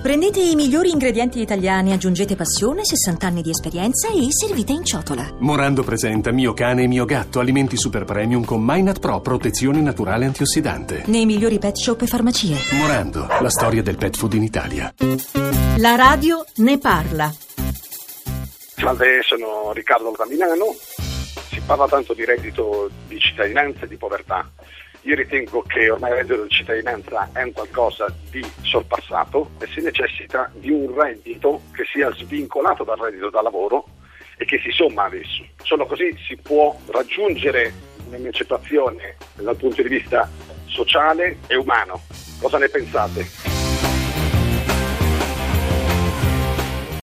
Prendete i migliori ingredienti italiani, aggiungete passione, 60 anni di esperienza e servite in ciotola. Morando presenta Mio cane e mio gatto, alimenti super premium con Minat Pro, protezione naturale antiossidante. Nei migliori pet shop e farmacie. Morando, la storia del pet food in Italia. La radio ne parla. Salve, sono Riccardo da Milano. Si parla tanto di reddito di cittadinanza e di povertà. Io ritengo che ormai il reddito di cittadinanza è un qualcosa di sorpassato e si necessita di un reddito che sia svincolato dal reddito da lavoro e che si somma ad esso. Solo così si può raggiungere un'emancipazione dal punto di vista sociale e umano. Cosa ne pensate?